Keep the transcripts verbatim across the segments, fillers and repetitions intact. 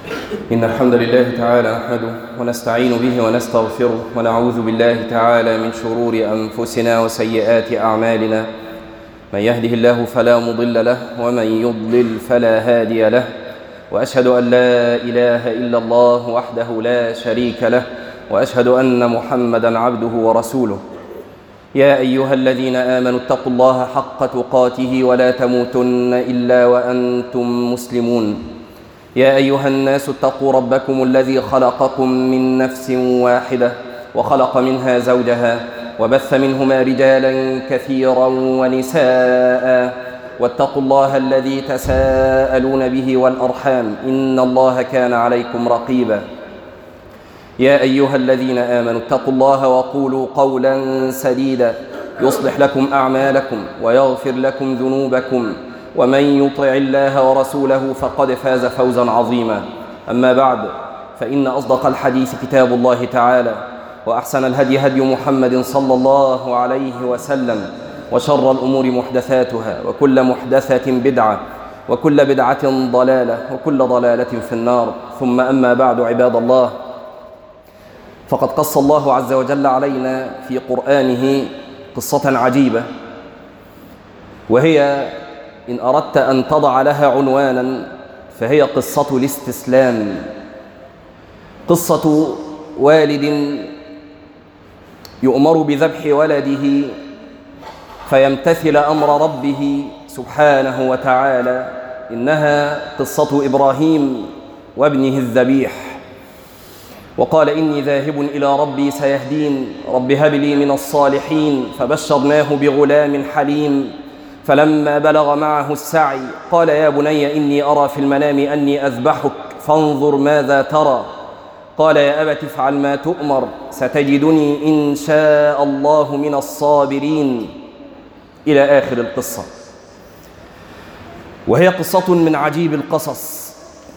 إن الحمد لله تعالى نحمده ونستعين به ونستغفره ونعوذ بالله تعالى من شرور أنفسنا وسيئات أعمالنا. من يهده الله فلا مضل له ومن يضلل فلا هادي له، وأشهد أن لا إله إلا الله وحده لا شريك له، وأشهد أن محمدًا عبده ورسوله. يا أيها الذين آمنوا اتقوا الله حق تقاته ولا تموتن إلا وأنتم مسلمون. يا أيها الناس اتقوا ربكم الذي خلقكم من نفس واحدة وخلق منها زوجها وبث منهما رجالا كثيرا ونساء، واتقوا الله الذي تساءلون به والأرحام إن الله كان عليكم رقيبا. يا أيها الذين آمنوا اتقوا الله وقولوا قولا سديدا يصلح لكم أعمالكم ويغفر لكم ذنوبكم، ومن يطع الله ورسوله فقد فاز فوزا عظيما. أما بعد، فإن أصدق الحديث كتاب الله تعالى، وأحسن الهدي هدي محمد صلى الله عليه وسلم، وشر الأمور محدثاتها، وكل محدثة بدعة، وكل بدعة ضلالة، وكل ضلالة في النار. ثم أما بعد، عباد الله، فقد قص الله عز وجل علينا في قرآنه قصة عجيبة، وهي إن أردت أن تضع لها عنوانا فهي قصة الاستسلام. قصة والد يؤمر بذبح ولده فيمتثل أمر ربه سبحانه وتعالى. إنها قصة إبراهيم وابنه الذبيح. وقال إني ذاهب إلى ربي سيهدين، رب هب لي من الصالحين. فبشرناه بغلام حليم، فلما بلغ معه السعي قال يا بني إني أرى في المنام أني أذبحك فانظر ماذا ترى. قال يا أبت افعل ما تؤمر ستجدني إن شاء الله من الصابرين، إلى آخر القصة. وهي قصة من عجيب القصص،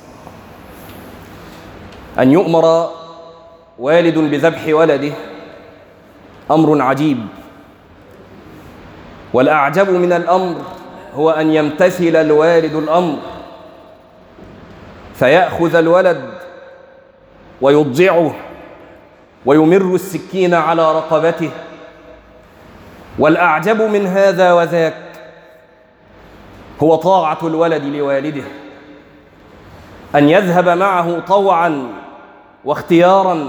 أن يؤمر والد بذبح ولده أمر عجيب، والأعجب من الأمر هو أن يمتثل الوالد الأمر فيأخذ الولد ويضجعه ويمر السكين على رقبته. والأعجب من هذا وذاك هو طاعة الولد لوالده، أن يذهب معه طوعا واختيارا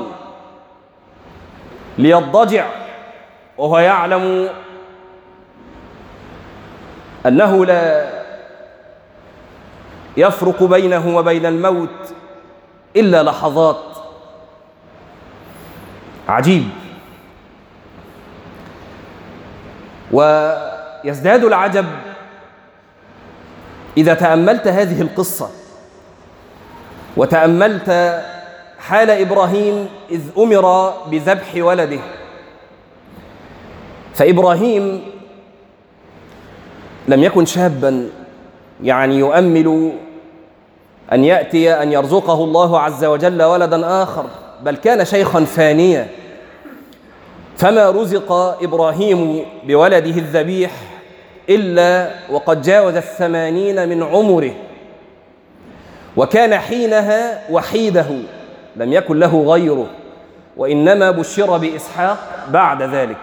ليضجع وهو يعلم أنه لا يفرق بينه وبين الموت إلا لحظات. عجيب. ويزداد العجب إذا تأملت هذه القصة وتأملت حال إبراهيم إذ أمر بذبح ولده. فإبراهيم لم يكن شابا يعني يؤمل أن يأتي أن يرزقه الله عز وجل ولدا آخر، بل كان شيخا فانيا. فما رزق إبراهيم بولده الذبيح إلا وقد جاوز الثمانين من عمره، وكان حينها وحيده لم يكن له غيره، وإنما بشر بإسحاق بعد ذلك.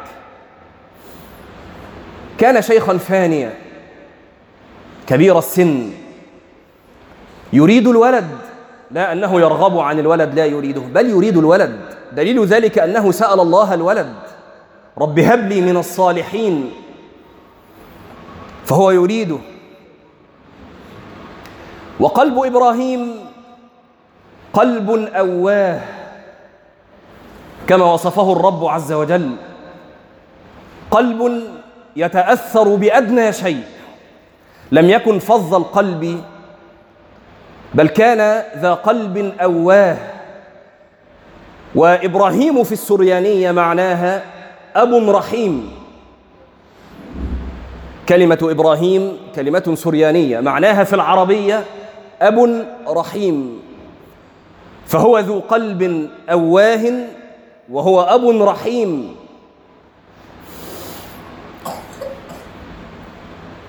كان شيخا فانيا كبير السن يريد الولد، لا أنه يرغب عن الولد لا يريده، بل يريد الولد. دليل ذلك أنه سأل الله الولد، رب هب لي من الصالحين، فهو يريده. وقلب إبراهيم قلب أواه كما وصفه الرب عز وجل، قلب يتأثر بأدنى شيء، لم يكن فظ القلب بل كان ذا قلب أواه. وإبراهيم في السريانية معناها أب رحيم. كلمة إبراهيم كلمة سريانية معناها في العربية أب رحيم، فهو ذو قلب أواه وهو أب رحيم.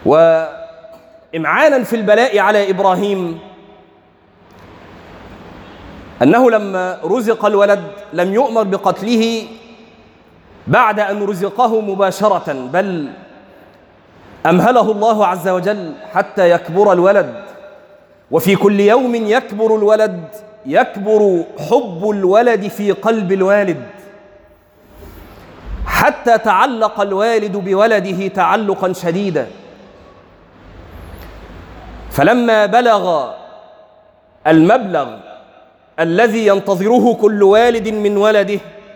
وإمعانا في البلاء على إبراهيم أنه لما رزق الولد لم يؤمر بقتله بعد أن رزقه مباشرة، بل أمهله الله عز وجل حتى يكبر الولد. وفي كل يوم يكبر الولد يكبر حب الولد في قلب الوالد، حتى تعلق الوالد بولده تعلقا شديدا. فلما بلغ المبلغ الذي ينتظره كل والد من ولده،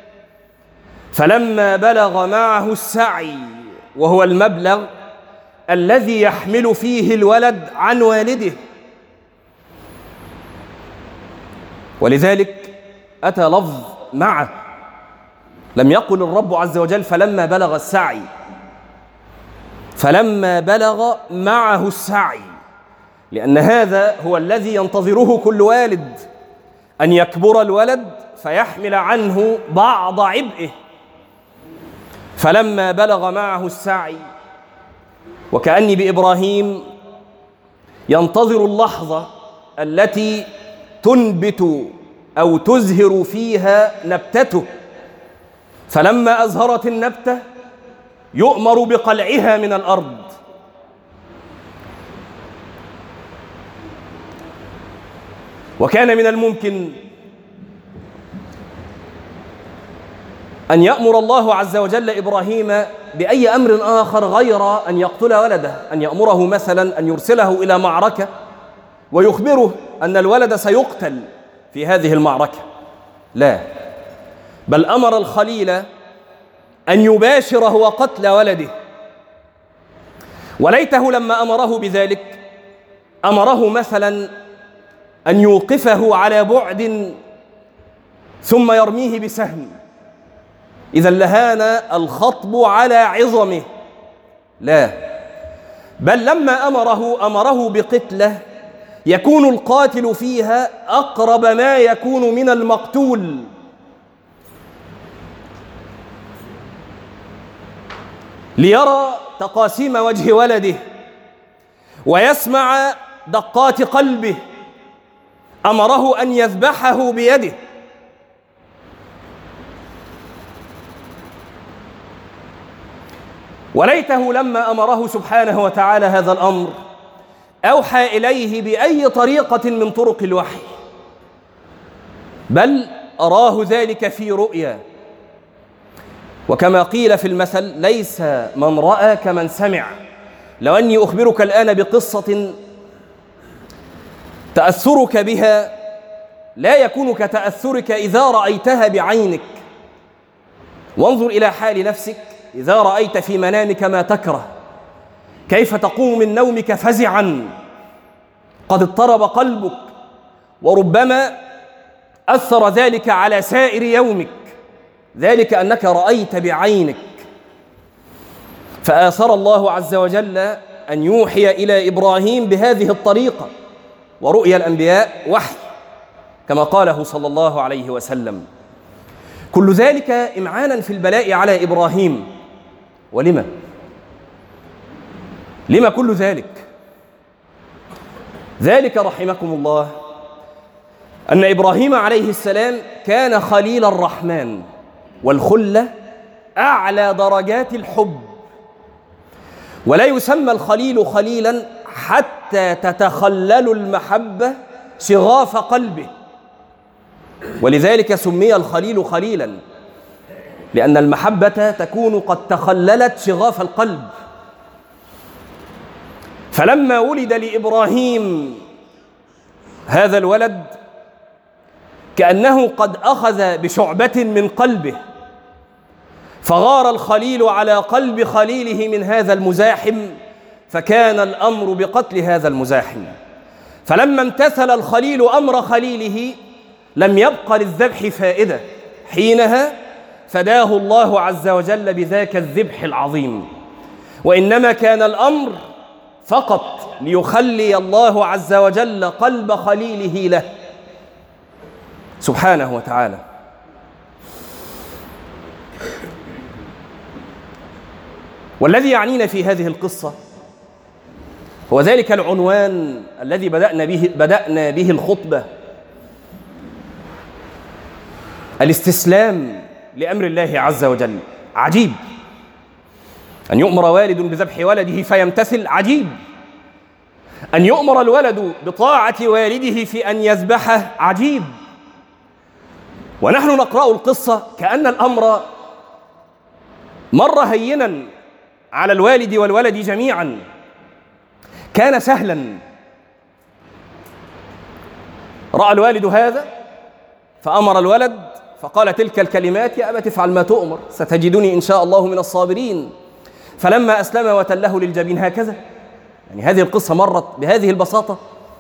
فلما بلغ معه السعي وهو المبلغ الذي يحمل فيه الولد عن والده، ولذلك أتى لفظ معه، لم يقل الرب عز وجل فلما بلغ السعي، فلما بلغ معه السعي، لأن هذا هو الذي ينتظره كل والد، أن يكبر الولد فيحمل عنه بعض عبئه. فلما بلغ معه السعي، وكأني بإبراهيم ينتظر اللحظة التي تنبت أو تزهر فيها نبتته، فلما أزهرت النبتة يؤمر بقلعها من الأرض. وكان من الممكن أن يأمر الله عز وجل إبراهيم بأي أمر آخر غير أن يقتل ولده، أن يأمره مثلا أن يرسله إلى معركة ويخبره أن الولد سيقتل في هذه المعركة، لا، بل أمر الخليل أن يباشر هو قتل ولده. وليته لما أمره بذلك أمره مثلا أن يوقفه على بعد ثم يرميه بسهم، إذا لهان الخطب على عظمه، لا، بل لما أمره أمره بقتله يكون القاتل فيها أقرب ما يكون من المقتول، ليرى تقاسيم وجه ولده ويسمع دقات قلبه، أمره أن يذبحه بيده. وليته لما أمره سبحانه وتعالى هذا الأمر أوحى إليه بأي طريقة من طرق الوحي، بل أراه ذلك في رؤيا. وكما قيل في المثل ليس من رأى كمن سمع. لو أني أخبرك الآن بقصة تأثرك بها لا يكون كتأثرك إذا رأيتها بعينك. وانظر إلى حال نفسك إذا رأيت في منامك ما تكره، كيف تقوم من نومك فزعا، قد اضطرب قلبك، وربما أثر ذلك على سائر يومك، ذلك أنك رأيت بعينك. فآثر الله عز وجل أن يوحي إلى إبراهيم بهذه الطريقة، ورؤيا الأنبياء وحي كما قاله صلى الله عليه وسلم. كل ذلك إمعانا في البلاء على إبراهيم. ولما؟ لما كل ذلك؟ ذلك رحمكم الله أن إبراهيم عليه السلام كان خليل الرحمن، والخلة أعلى درجات الحب، ولا يسمى الخليل خليلا حتى تتخلل المحبة شغاف قلبه، ولذلك سمي الخليل خليلا، لأن المحبة تكون قد تخللت شغاف القلب. فلما ولد لإبراهيم هذا الولد كأنه قد أخذ بشعبة من قلبه، فغار الخليل على قلب خليله من هذا المزاحم، فكان الأمر بقتل هذا المزاحم. فلما امتثل الخليل أمر خليله لم يبق للذبح فائدة، حينها فداه الله عز وجل بذاك الذبح العظيم. وإنما كان الأمر فقط ليخلي الله عز وجل قلب خليله له سبحانه وتعالى. والذي يعنينا في هذه القصة هو ذلك العنوان الذي بدأنا به, بدأنا به الخطبة، الاستسلام لأمر الله عز وجل عجيب. أن يؤمر والد بذبح ولده فيمتثل عجيب. أن يؤمر الولد بطاعة والده في أن يذبحه عجيب. ونحن نقرأ القصة كأن الأمر مر هينا على الوالد والولد جميعا، كان سهلا. رأى الوالد هذا فأمر الولد فقال تلك الكلمات: يا أبت افعل ما تؤمر ستجدني إن شاء الله من الصابرين. فلما أسلم وتله للجبين، هكذا يعني هذه القصة مرت بهذه البساطة.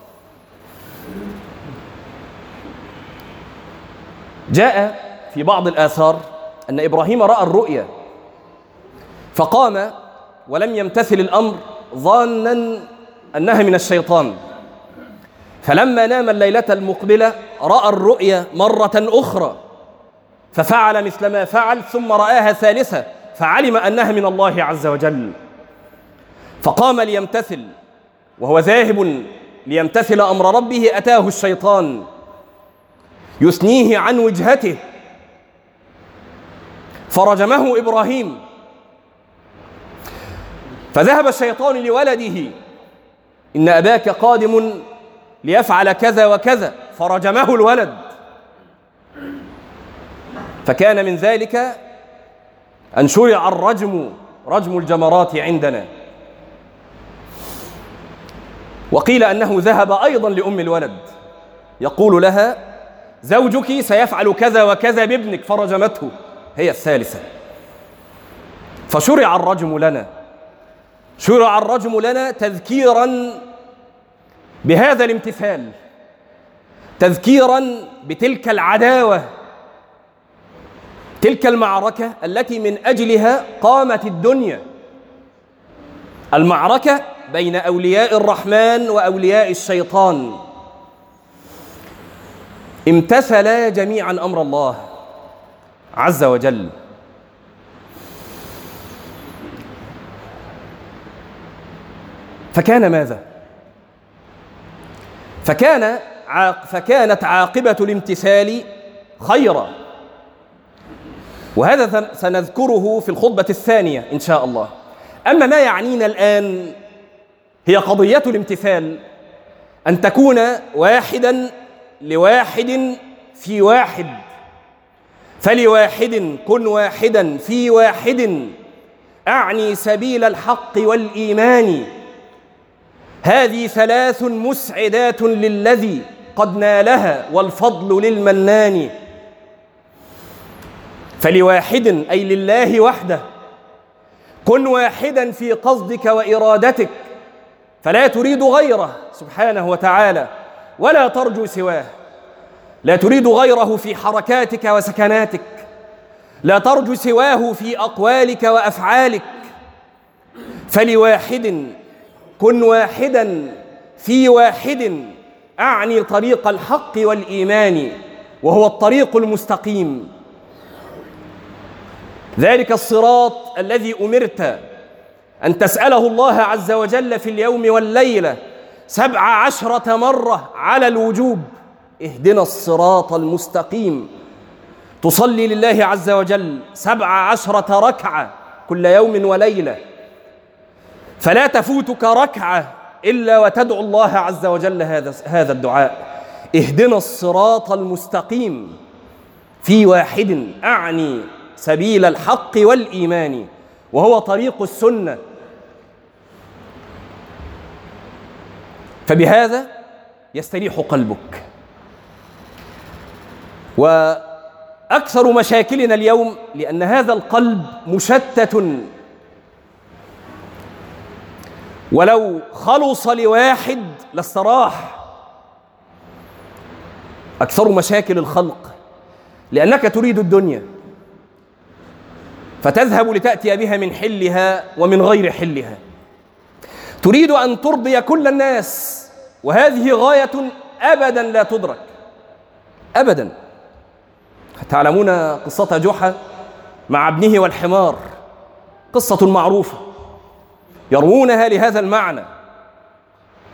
جاء في بعض الآثار أن إبراهيم رأى الرؤيا فقام ولم يمتثل الأمر ظانا أنها من الشيطان، فلما نام الليلة المقبلة رأى الرؤيا مرة أخرى ففعل مثل ما فعل، ثم رآها ثالثة فعلم أنها من الله عز وجل، فقام ليمتثل. وهو ذاهب ليمتثل أمر ربه أتاه الشيطان يثنيه عن وجهته فرجمه إبراهيم. فذهب الشيطان لولده: إن أباك قادم ليفعل كذا وكذا، فرجمه الولد. فكان من ذلك أن شرع الرجم، رجم الجمرات عندنا. وقيل أنه ذهب أيضا لأم الولد يقول لها: زوجك سيفعل كذا وكذا بابنك، فرجمته هي الثالثة. فشرع الرجم لنا، شرع الرجم لنا تذكيرا بهذا الامتثال، تذكيرا بتلك العداوة، تلك المعركة التي من أجلها قامت الدنيا، المعركة بين أولياء الرحمن وأولياء الشيطان. امتثلا جميعا أمر الله عز وجل. فكان ماذا؟ فكان عاق فكانت عاقبة الامتثال خيرا، وهذا سنذكره في الخطبة الثانية إن شاء الله. أما ما يعنينا الآن هي قضية الامتثال، أن تكون واحدا لواحد في واحد، فلواحد كن واحدا في واحد، أعني سبيل الحق والإيمان. هذه ثلاث مسعدات للذي قد نالها، والفضل للمنان. فلواحد أي لله وحده، كن واحدا في قصدك وإرادتك، فلا تريد غيره سبحانه وتعالى ولا ترجو سواه. لا تريد غيره في حركاتك وسكناتك، لا ترجو سواه في أقوالك وأفعالك. فلواحد كن واحدا في واحد، أعني طريق الحق والإيمان، وهو الطريق المستقيم، ذلك الصراط الذي أمرت أن تسأله الله عز وجل في اليوم والليلة سبع عشرة مرة على الوجوب: اهدنا الصراط المستقيم. تصلي لله عز وجل سبع عشرة ركعة كل يوم وليلة، فلا تفوتك ركعة إلا وتدعو الله عز وجل هذا هذا الدعاء: اهدنا الصراط المستقيم في واحد، أعني سبيل الحق والإيمان، وهو طريق السنة. فبهذا يستريح قلبك. وأكثر مشاكلنا اليوم لأن هذا القلب مشتت، ولو خلص لواحد لاستراح. أكثر مشاكل الخلق لأنك تريد الدنيا فتذهب لتأتي بها من حلها ومن غير حلها. تريد أن ترضي كل الناس، وهذه غاية أبدا لا تدرك أبدا. تعلمون قصة جحا مع ابنه والحمار، قصة معروفة يروونها لهذا المعنى.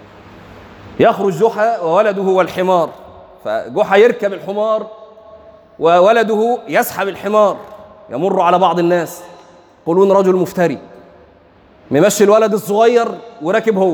يخرج جحا وولده والحمار، فجحا يركب الحمار وولده يسحب الحمار، يمر على بعض الناس يقولون رجل مفتري، ممشي الولد الصغير وراكب هو.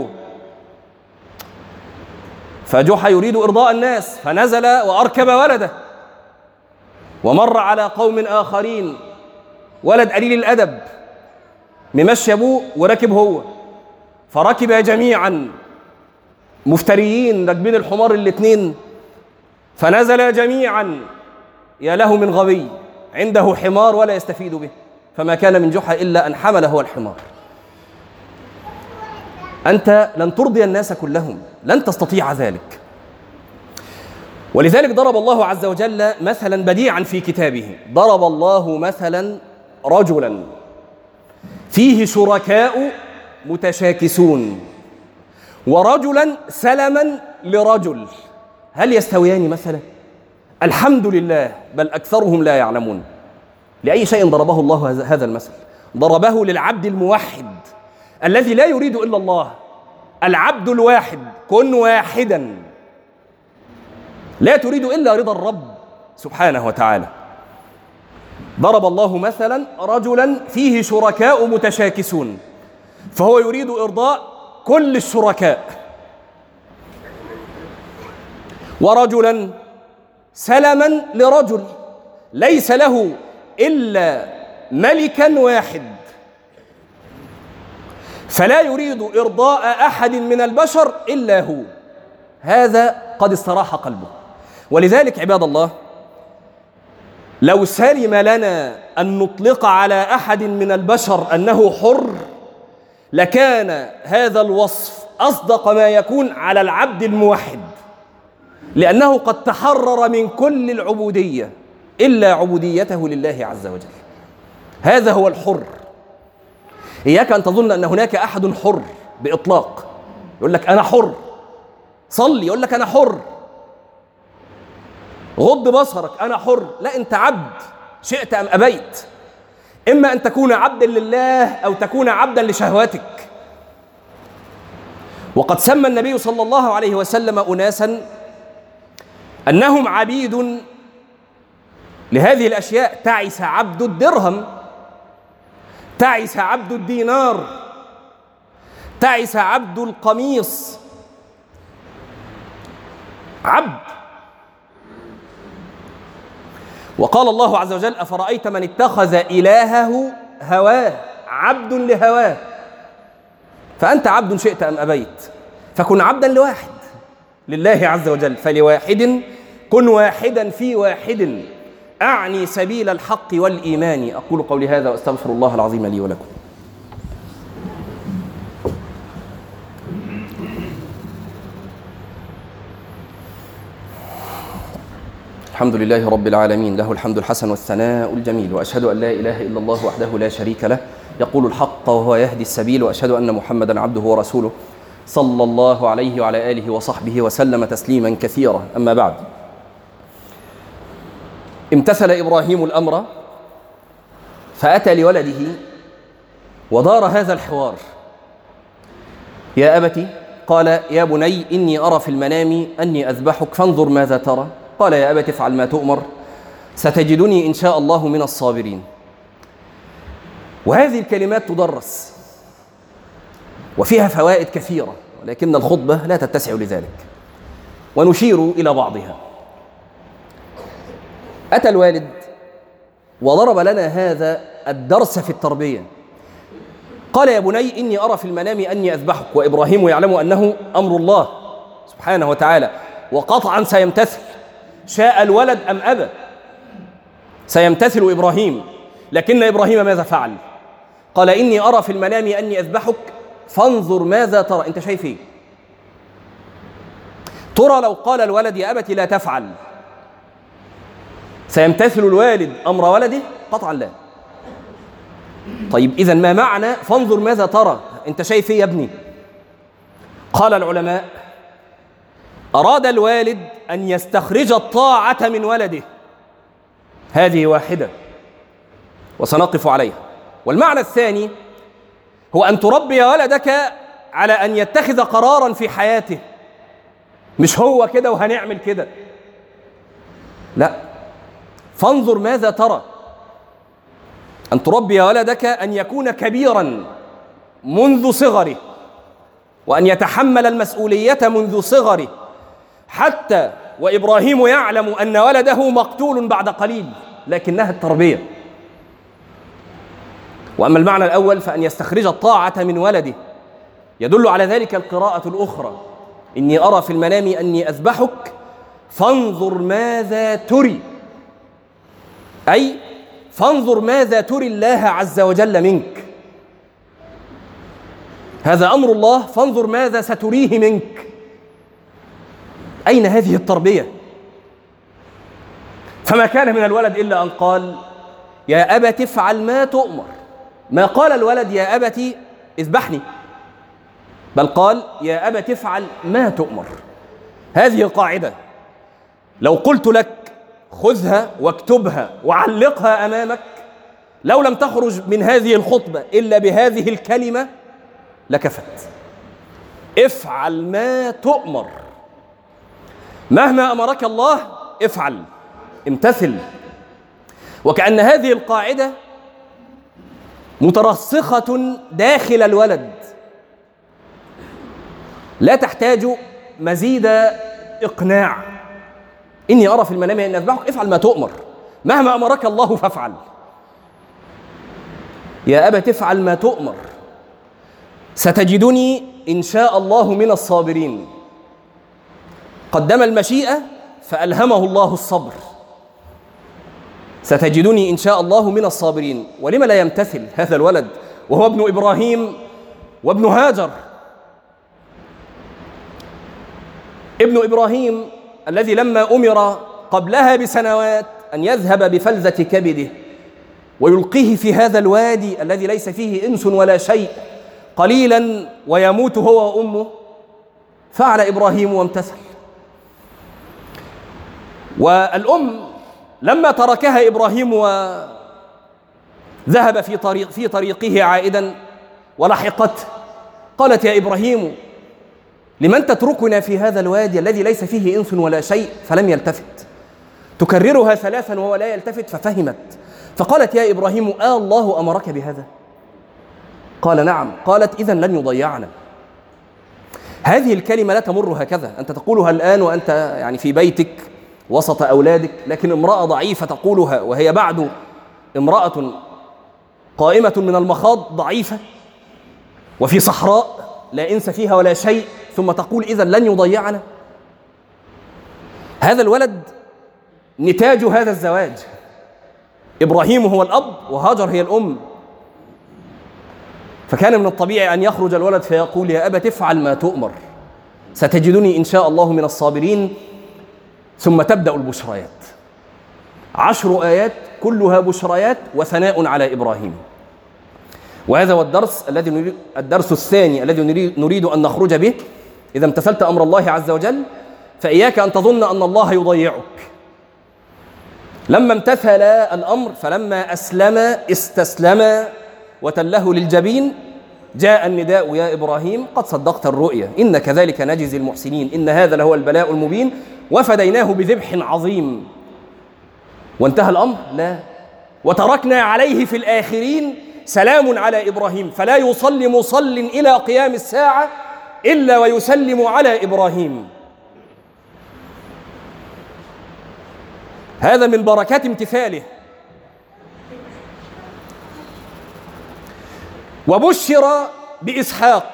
فجحا يريد إرضاء الناس فنزل وأركب ولده، ومر على قوم آخرين ولد قليل الأدب ممشي أبوه وراكب هو، فركب جميعا مفتريين راكبين الحمار الاثنين، فنزل جميعا. يا له من غبي عنده حمار ولا يستفيد به، فما كان من جحا إلا أن حمل هو الحمار. أنت لن ترضي الناس كلهم، لن تستطيع ذلك. ولذلك ضرب الله عز وجل مثلا بديعا في كتابه. ضرب الله مثلا رجلا فيه شركاء متشاكسون ورجلا سلما لرجل، هل يستويان مثلا؟ الحمد لله، بل أكثرهم لا يعلمون. لأي شيء ضربه الله هذا المثل؟ ضربه للعبد الموحد الذي لا يريد إلا الله. العبد الواحد، كن واحدا، لا تريد إلا رضا الرب سبحانه وتعالى. ضرب الله مثلا رجلا فيه شركاء متشاكسون، فهو يريد إرضاء كل الشركاء. ورجلا سلما لرجل ليس له إلا ملكا واحد، فلا يريد إرضاء أحد من البشر إلا هو. هذا قد استراح قلبه. ولذلك عباد الله، لو سلم لنا أن نطلق على أحد من البشر أنه حر، لكان هذا الوصف أصدق ما يكون على العبد الموحد، لأنه قد تحرر من كل العبودية إلا عبوديته لله عز وجل. هذا هو الحر. إياك أن تظن أن هناك أحد حر بإطلاق، يقول لك أنا حر، صلي يقول لك أنا حر، غض بصرك أنا حر. لا، أنت عبد شئت أم أبيت، إما أن تكون عبدا لله أو تكون عبدا لشهواتك. وقد سمى النبي صلى الله عليه وسلم أناسا أنهم عبيد لهذه الأشياء. تعس عبد الدرهم، تعس عبد الدينار، تعس عبد القميص، عبد. وقال الله عز وجل: أفرأيت من اتخذ إلهه هواه، عبد لهواه. فأنت عبد شئت أم أبيت، فكن عبدا لواحد لله عز وجل. فلواحد كن واحدا في واحد، أعني سبيل الحق والإيمان. أقول قولي هذا وأستغفر الله العظيم لي ولكم. الحمد لله رب العالمين، له الحمد الحسن والثناء الجميل، وأشهد أن لا إله إلا الله وحده لا شريك له يقول الحق وهو يهدي السبيل، وأشهد أن محمدا عبده ورسوله صلى الله عليه وعلى آله وصحبه وسلم تسليما كثيرا. أما بعد، امتثل إبراهيم الأمر فأتى لولده ودار هذا الحوار: يا أبت، قال: يا بني إني أرى في المنام أني أذبحك فانظر ماذا ترى. قال: يا أبت افعل ما تؤمر ستجدني إن شاء الله من الصابرين. وهذه الكلمات تدرس وفيها فوائد كثيرة، ولكن الخطبة لا تتسع لذلك، ونشير إلى بعضها. أتى الوالد وضرب لنا هذا الدرس في التربية. قال: يا بني إني أرى في المنام أني أذبحك. وإبراهيم يعلم أنه أمر الله سبحانه وتعالى، وقطعا سيمتثل، شاء الولد أم أبى سيمتثل إبراهيم. لكن إبراهيم ماذا فعل؟ قال: إني أرى في المنام أني أذبحك فانظر ماذا ترى. أنت شايف إيه؟ ترى لو قال الولد: يا أبت لا تفعل، سيمتثل الوالد أمر ولده؟ قطعا لا. طيب إذن ما معنى فانظر ماذا ترى؟ أنت شايف إيه يا ابني؟ قال العلماء: أراد الوالد أن يستخرج الطاعة من ولده. هذه واحدة وسنقف عليها. والمعنى الثاني هو أن تربي ولدك على أن يتخذ قراراً في حياته، مش هو كده وهنعمل كده، لا، فانظر ماذا ترى، أن تربي ولدك أن يكون كبيرا منذ صغره، وأن يتحمل المسؤولية منذ صغره، حتى وإبراهيم يعلم أن ولده مقتول بعد قليل، لكنها التربية. وأما المعنى الأول فأن يستخرج الطاعة من ولده، يدل على ذلك القراءة الأخرى: إني أرى في المنام أني أذبحك فانظر ماذا تري، أي فانظر ماذا تري الله عز وجل منك، هذا أمر الله، فانظر ماذا ستريه منك. أين هذه التربية؟ فما كان من الولد إلا أن قال: يا أبت افعل ما تؤمر. ما قال الولد: يا أبت اذبحني، بل قال: يا أبت افعل ما تؤمر. هذه قاعدة لو قلت لك خذها واكتبها وعلقها أمامك، لو لم تخرج من هذه الخطبة إلا بهذه الكلمة لكفت. افعل ما تؤمر، مهما أمرك الله افعل، امتثل. وكأن هذه القاعدة مترسخة داخل الولد، لا تحتاج مزيد إقناع. إني أرى في المنام أن أذبحك، افعل ما تؤمر، مهما أمرك الله فافعل. يا أبت افعل ما تؤمر ستجدني إن شاء الله من الصابرين. قدم المشيئة فألهمه الله الصبر، ستجدني إن شاء الله من الصابرين. ولما لا يمتثل هذا الولد وهو ابن إبراهيم وابن هاجر؟ ابن إبراهيم الذي لما أمر قبلها بسنوات أن يذهب بفلذة كبده ويلقيه في هذا الوادي الذي ليس فيه إنس ولا شيء قليلا ويموت هو وأمه، فعل إبراهيم وامتثل. والأم لما تركها إبراهيم وذهب في طريق في طريقه عائدا ولحقته، قالت: يا إبراهيم لمن تتركنا في هذا الوادي الذي ليس فيه إنس ولا شيء؟ فلم يلتفت. تكررها ثلاثا وهو لا يلتفت، ففهمت فقالت: يا إبراهيم آه الله أمرك بهذا؟ قال: نعم. قالت: إذن لن يضيعنا. هذه الكلمة لا تمر هكذا، أنت تقولها الآن وأنت يعني في بيتك وسط أولادك، لكن امرأة ضعيفة تقولها وهي بعد امرأة قائمة من المخاض، ضعيفة وفي صحراء لا إنس فيها ولا شيء، ثم تقول إذن لن يضيعنا. هذا الولد نتاج هذا الزواج. إبراهيم هو الأب وهاجر هي الأم، فكان من الطبيعي أن يخرج الولد فيقول: يا أبت افعل ما تؤمر ستجدني إن شاء الله من الصابرين. ثم تبدأ البشريات، عشر آيات كلها بشريات وثناء على إبراهيم. وهذا هو الدرس الذي نريد الدرس الثاني الذي نريد, نريد أن نخرج به. إذا امتثلت أمر الله عز وجل فإياك أن تظن أن الله يضيعك. لما امتثل الأمر، فلما أسلم استسلم وتله للجبين، جاء النداء: يا إبراهيم قد صدقت الرؤيا، إن كذلك نجزي المحسنين، إن هذا لهو البلاء المبين، وفديناه بذبح عظيم. وانتهى الأمر؟ لا. وتركنا عليه في الآخرين: سلام على إبراهيم، فلا يصلي مصل إلى قيام الساعة إلا ويسلم على إبراهيم. هذا من بركات امتثاله. وبشر بإسحاق،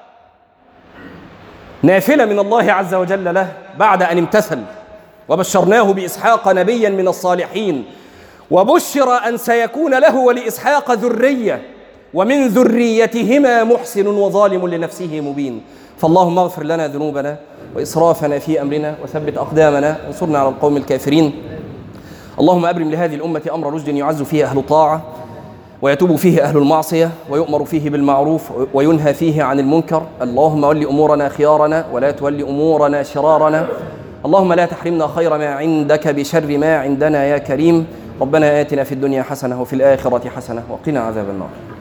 نافلة من الله عز وجل له بعد أن امتثل، وبشرناه بإسحاق نبيا من الصالحين. وبشر أن سيكون له ولإسحاق ذرية، ومن ذريتهما محسن وظالم لنفسه مبين. فاللهم اغفر لنا ذنوبنا وإسرافنا في أمرنا وثبت أقدامنا وانصرنا على القوم الكافرين. اللهم أبرم لهذه الأمة أمر رشد يعز فيه أهل الطاعة ويتوب فيه أهل المعصية ويؤمر فيه بالمعروف وينهى فيه عن المنكر. اللهم ول أمورنا خيارنا ولا تول أمورنا شرارنا. اللهم لا تحرمنا خير ما عندك بشر ما عندنا يا كريم. ربنا آتنا في الدنيا حسنة وفي الآخرة حسنة وقنا عذاب النار.